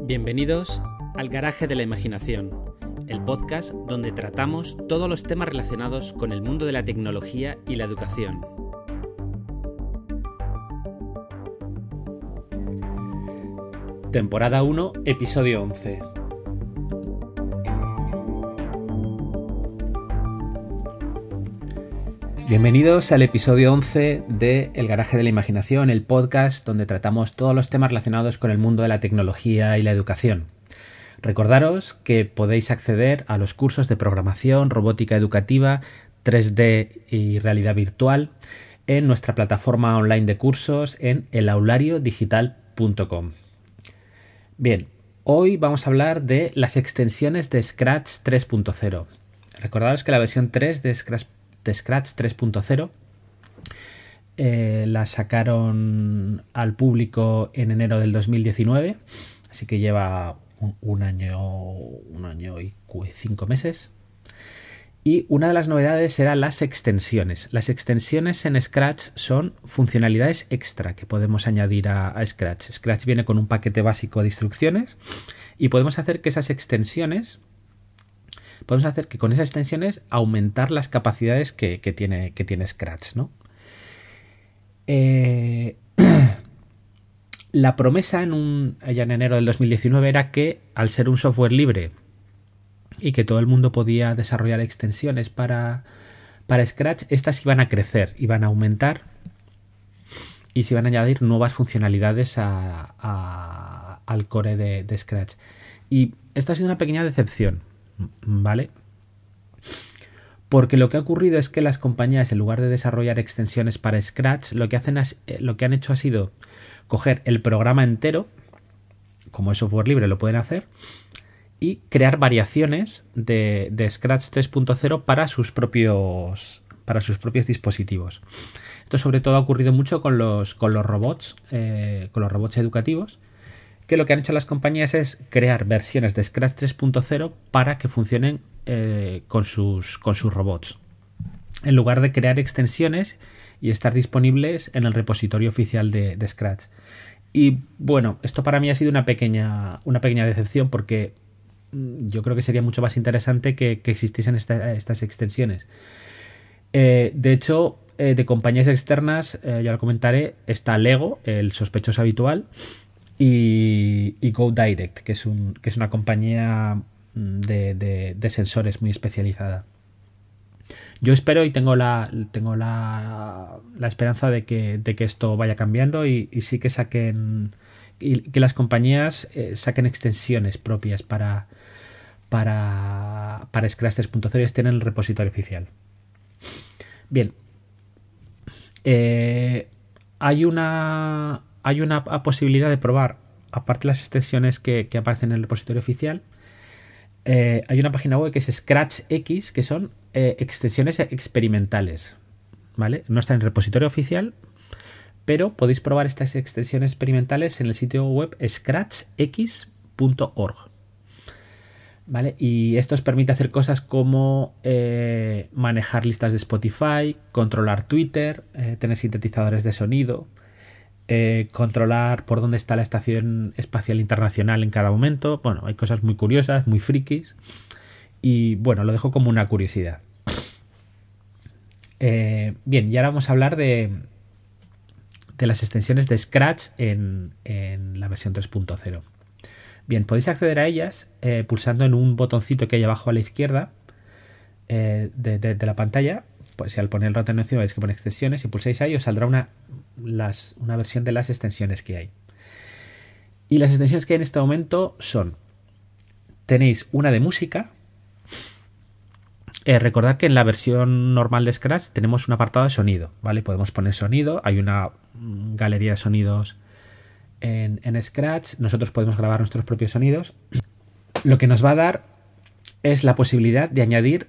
Bienvenidos al Garaje de la Imaginación, el podcast donde tratamos todos los temas relacionados con el mundo de la tecnología y la educación. Temporada 1, episodio 11. Bienvenidos al episodio 11 de El Garaje de la Imaginación, el podcast donde tratamos todos los temas relacionados con el mundo de la tecnología y la educación. Recordaros que podéis acceder a los cursos de programación, robótica educativa, 3D y realidad virtual en nuestra plataforma online de cursos en elaulariodigital.com. Bien, hoy vamos a hablar de las extensiones de Scratch 3.0. Recordaros que la versión 3 de Scratch 3.0 la sacaron al público en enero del 2019, así que lleva un año y 5 meses. Y una de las novedades eran las extensiones. Las extensiones en Scratch son funcionalidades extra que podemos añadir a Scratch. Scratch viene con un paquete básico de instrucciones y podemos hacer que esas extensiones... Podemos hacer que con esas extensiones aumentar las capacidades que tiene Scratch, ¿no? La promesa ya en enero del 2019 era que al ser un software libre y que todo el mundo podía desarrollar extensiones para Scratch, estas iban a crecer, iban a aumentar y se iban a añadir nuevas funcionalidades al core de Scratch. Y esto ha sido una pequeña decepción, ¿vale? Porque lo que ha ocurrido es que las compañías, en lugar de desarrollar extensiones para Scratch, lo que han hecho ha sido coger el programa entero, como es software libre lo pueden hacer, y crear variaciones de Scratch 3.0 para sus propios dispositivos. Esto sobre todo ha ocurrido mucho con los robots educativos, que lo que han hecho las compañías es crear versiones de Scratch 3.0 para que funcionen con sus robots, en lugar de crear extensiones y estar disponibles en el repositorio oficial de Scratch. Y bueno, esto para mí ha sido una pequeña decepción, porque yo creo que sería mucho más interesante que existiesen estas extensiones. De hecho, de compañías externas, ya lo comentaré, está Lego, el sospechoso habitual, y GoDirect, que es una compañía de sensores muy especializada. Yo espero y tengo la esperanza de que esto vaya cambiando y sí que saquen, y que las compañías saquen extensiones propias para Scratch 3.0 y estén en el repositorio oficial. Bien, hay una posibilidad de probar, aparte de las extensiones que aparecen en el repositorio oficial, hay una página web que es ScratchX, que son extensiones experimentales, ¿vale? No está en el repositorio oficial, pero podéis probar estas extensiones experimentales en el sitio web scratchx.org, ¿vale? Y esto os permite hacer cosas como manejar listas de Spotify, controlar Twitter, tener sintetizadores de sonido, controlar por dónde está la Estación Espacial Internacional en cada momento. Bueno, hay cosas muy curiosas, muy frikis, y bueno, lo dejo como una curiosidad. Bien, y ahora vamos a hablar de las extensiones de Scratch en la versión 3.0. Bien, podéis acceder a ellas pulsando en un botoncito que hay abajo a la izquierda de la pantalla. Pues si al poner el ratón encima veis que pone extensiones, si pulsáis ahí os saldrá una versión de las extensiones que hay. Y las extensiones que hay en este momento tenéis una de música. Recordad que en la versión normal de Scratch tenemos un apartado de sonido, ¿vale? Podemos poner sonido, hay una galería de sonidos en Scratch, nosotros podemos grabar nuestros propios sonidos. Lo que nos va a dar es la posibilidad de añadir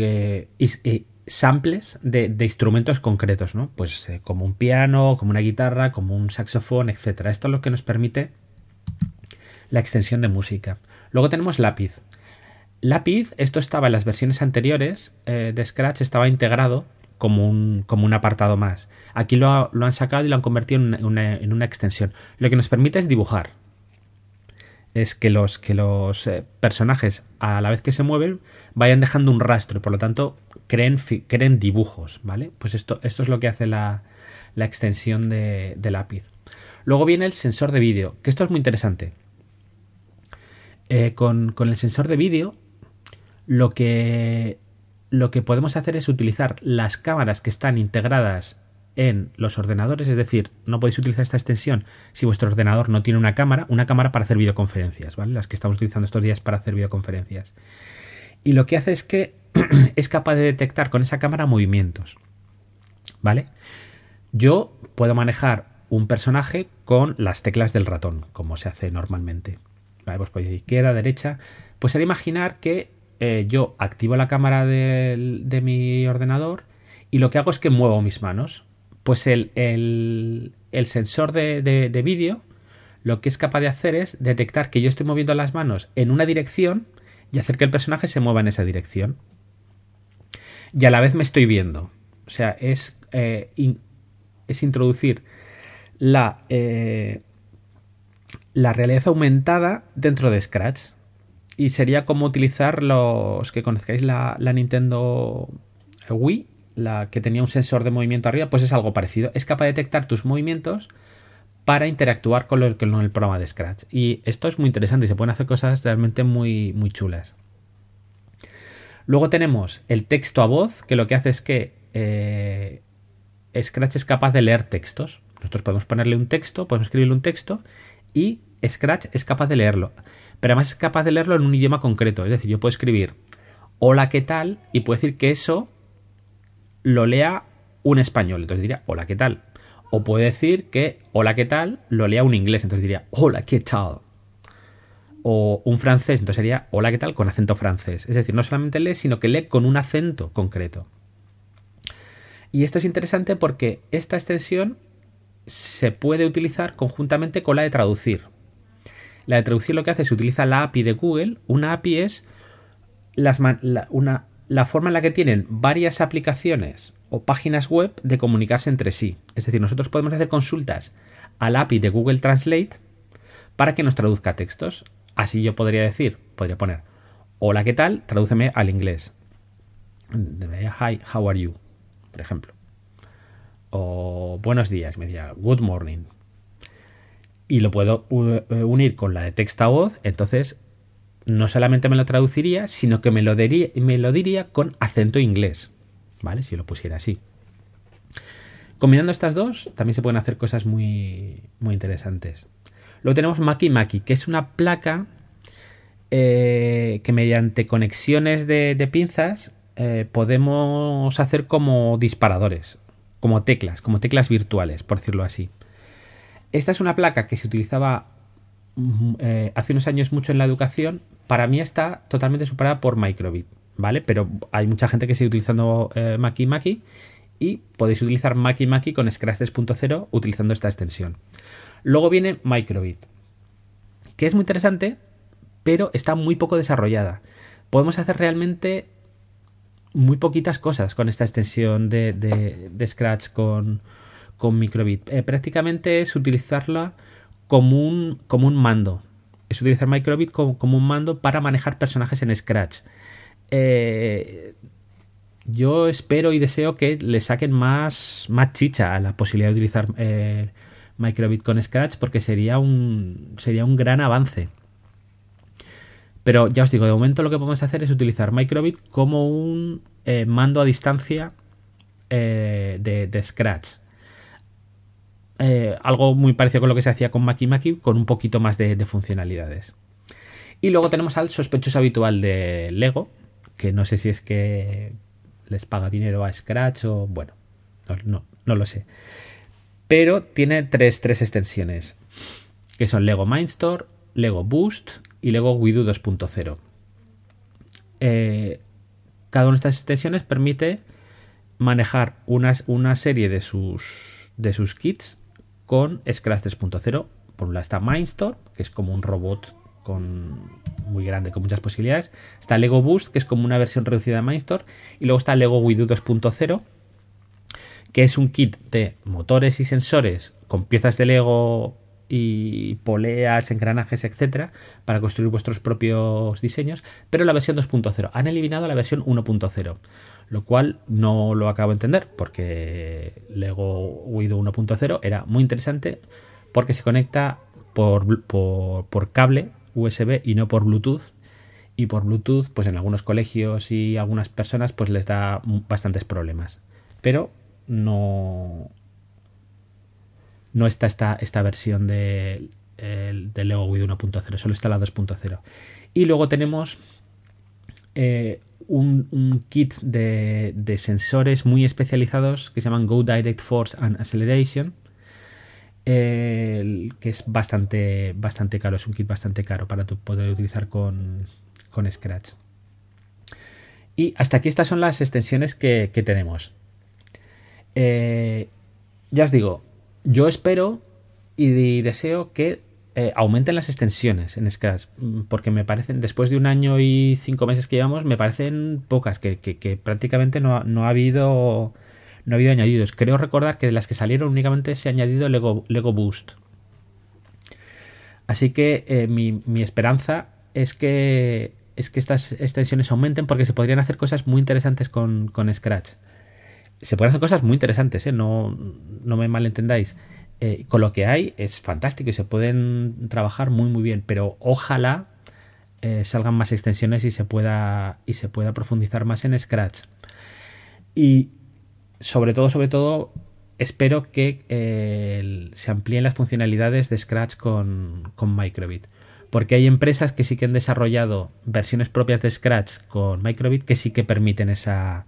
samples de instrumentos concretos, ¿no? Pues como un piano, como una guitarra, como un saxofón, etcétera. Esto es lo que nos permite la extensión de música. Luego tenemos Lápiz. Lápiz, esto estaba en las versiones anteriores de Scratch, estaba integrado como un apartado más. Aquí lo han sacado y lo han convertido en una extensión. Lo que nos permite es dibujar. es que los personajes, a la vez que se mueven, vayan dejando un rastro y por lo tanto creen dibujos, ¿vale? Pues esto es lo que hace la extensión de lápiz. Luego viene el sensor de vídeo, que esto es muy interesante. Con el sensor de vídeo, lo que podemos hacer es utilizar las cámaras que están integradas en los ordenadores, es decir, no podéis utilizar esta extensión si vuestro ordenador no tiene una cámara para hacer videoconferencias, ¿vale? Las que estamos utilizando estos días para hacer videoconferencias. Y lo que hace es que es capaz de detectar con esa cámara movimientos, ¿vale? Yo puedo manejar un personaje con las teclas del ratón, como se hace normalmente, ¿vale? Pues por izquierda, derecha. Pues al imaginar que yo activo la cámara de mi ordenador y lo que hago es que muevo mis manos. Pues el sensor de vídeo lo que es capaz de hacer es detectar que yo estoy moviendo las manos en una dirección y hacer que el personaje se mueva en esa dirección. Y a la vez me estoy viendo. O sea, es introducir la realidad aumentada dentro de Scratch. Y sería como utilizar los que conozcáis la Nintendo Wii, la que tenía un sensor de movimiento arriba, pues es algo parecido. Es capaz de detectar tus movimientos para interactuar con el programa de Scratch. Y esto es muy interesante y se pueden hacer cosas realmente muy, muy chulas. Luego tenemos el texto a voz, que lo que hace es que Scratch es capaz de leer textos. Nosotros podemos ponerle un texto, podemos escribirle un texto y Scratch es capaz de leerlo. Pero además es capaz de leerlo en un idioma concreto. Es decir, yo puedo escribir hola, ¿qué tal? Y puedo decir que eso lo lea un español. Entonces diría hola, ¿qué tal? O puedo decir que hola, ¿qué tal? Lo lea un inglés. Entonces diría hola, ¿qué tal? O un francés. Entonces sería hola, ¿qué tal? Con acento francés. Es decir, no solamente lee, sino que lee con un acento concreto. Y esto es interesante porque esta extensión se puede utilizar conjuntamente con la de traducir. La de traducir lo que hace es utiliza la API de Google. Una API es la forma en la que tienen varias aplicaciones o páginas web de comunicarse entre sí. Es decir, nosotros podemos hacer consultas al API de Google Translate para que nos traduzca textos. Así yo podría poner hola, ¿qué tal? Tradúceme al inglés. Hi, how are you? Por ejemplo. O buenos días, me decía good morning. Y lo puedo unir con la de texto a voz, entonces no solamente me lo traduciría, sino que me lo diría con acento inglés, ¿vale? Si lo pusiera así. Combinando estas dos, también se pueden hacer cosas muy, muy interesantes. Luego tenemos Maki Maki, que es una placa que mediante conexiones de pinzas podemos hacer como disparadores, como teclas virtuales, por decirlo así. Esta es una placa que se utilizaba hace unos años mucho en la educación. Para mí está totalmente superada por Microbit, ¿vale? Pero hay mucha gente que sigue utilizando Maki Maki y podéis utilizar Maki Maki con Scratch 3.0 utilizando esta extensión. Luego viene Microbit, que es muy interesante, pero está muy poco desarrollada. Podemos hacer realmente muy poquitas cosas con esta extensión de Scratch con Microbit. Prácticamente es utilizarla como un mando. Es utilizar Microbit como un mando para manejar personajes en Scratch. Yo espero y deseo que le saquen más chicha a la posibilidad de utilizar Microbit con Scratch, porque sería un gran avance. Pero ya os digo, de momento lo que podemos hacer es utilizar Microbit como un mando a distancia de Scratch. Algo muy parecido con lo que se hacía con Maki Maki, con un poquito más de funcionalidades. Y luego tenemos al sospechoso habitual de Lego, que no sé si es que les paga dinero a Scratch o bueno, no lo sé. Pero tiene tres extensiones, que son Lego Mindstorm, Lego Boost y Lego WeDo 2.0. Cada una de estas extensiones permite manejar una serie de sus kits con Scratch 3.0. Por un lado está Mindstorm, que es como un robot muy grande, con muchas posibilidades. Está Lego Boost, que es como una versión reducida de Mindstorm. Y luego está Lego WeDo 2.0, que es un kit de motores y sensores con piezas de Lego y poleas, engranajes, etcétera, para construir vuestros propios diseños, pero la versión 2.0. Han eliminado la versión 1.0, lo cual no lo acabo de entender, porque Lego Guido 1.0 era muy interesante porque se conecta por cable USB y no por Bluetooth. Y por Bluetooth, pues en algunos colegios y algunas personas pues les da bastantes problemas. Pero no está esta versión de Lego Guido 1.0, solo está la 2.0. Y luego tenemos un kit de sensores muy especializados que se llaman Go Direct Force and Acceleration, que es bastante caro, es un kit bastante caro para poder utilizar con Scratch. Y hasta aquí estas son las extensiones que tenemos. Ya os digo, yo espero y deseo que aumenten las extensiones en Scratch, porque me parecen, después de 1 año y 5 meses que llevamos, me parecen pocas, que prácticamente no ha habido añadidos. Creo recordar que de las que salieron únicamente se ha añadido Lego Boost. Así que mi esperanza es que estas extensiones aumenten, porque se podrían hacer cosas muy interesantes con Scratch. Se pueden hacer cosas muy interesantes, no me malentendáis. Con lo que hay es fantástico y se pueden trabajar muy muy bien, pero ojalá salgan más extensiones y se pueda profundizar más en Scratch. Y sobre todo espero que se amplíen las funcionalidades de Scratch con Microbit, porque hay empresas que sí que han desarrollado versiones propias de Scratch con Microbit que sí que permiten ese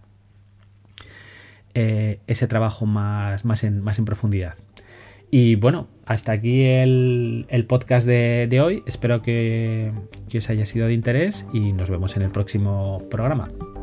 trabajo más en profundidad. Y bueno, hasta aquí el podcast de hoy. Espero que os haya sido de interés y nos vemos en el próximo programa.